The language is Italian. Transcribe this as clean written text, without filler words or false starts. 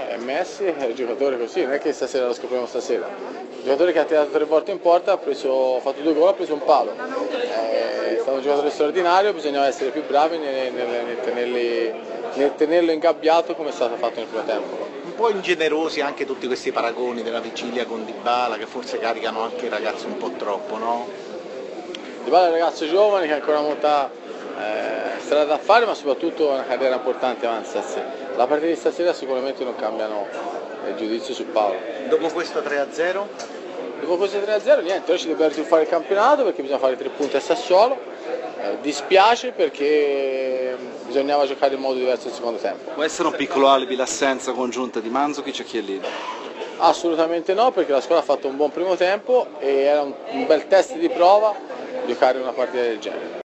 Messi è un giocatore così, non è che stasera lo scopriamo stasera. Un giocatore che ha tirato 3 volte in porta, ha fatto 2 gol, ha preso un palo. È stato un giocatore straordinario, bisognava essere più bravi nel tenerlo ingabbiato come è stato fatto nel primo tempo. Un po' ingenerosi anche tutti questi paragoni della vigilia con Dybala, che forse caricano anche i ragazzi un po' troppo, no? Dybala è un ragazzo giovane che ha ancora molta strada da fare, ma soprattutto una carriera importante avanti stasera. La partita di stasera sicuramente non cambiano il giudizio su Paolo. Dopo questo 3-0? Dopo questo 3-0 niente, ora ci dobbiamo rifare il campionato perché bisogna fare 3 punti a Sassuolo. Dispiace perché bisognava giocare in modo diverso il secondo tempo. Può essere un piccolo alibi l'assenza congiunta di Mandzukic e Chiellini? Assolutamente no, perché la squadra ha fatto un buon primo tempo e era un bel test di prova giocare una partita del genere.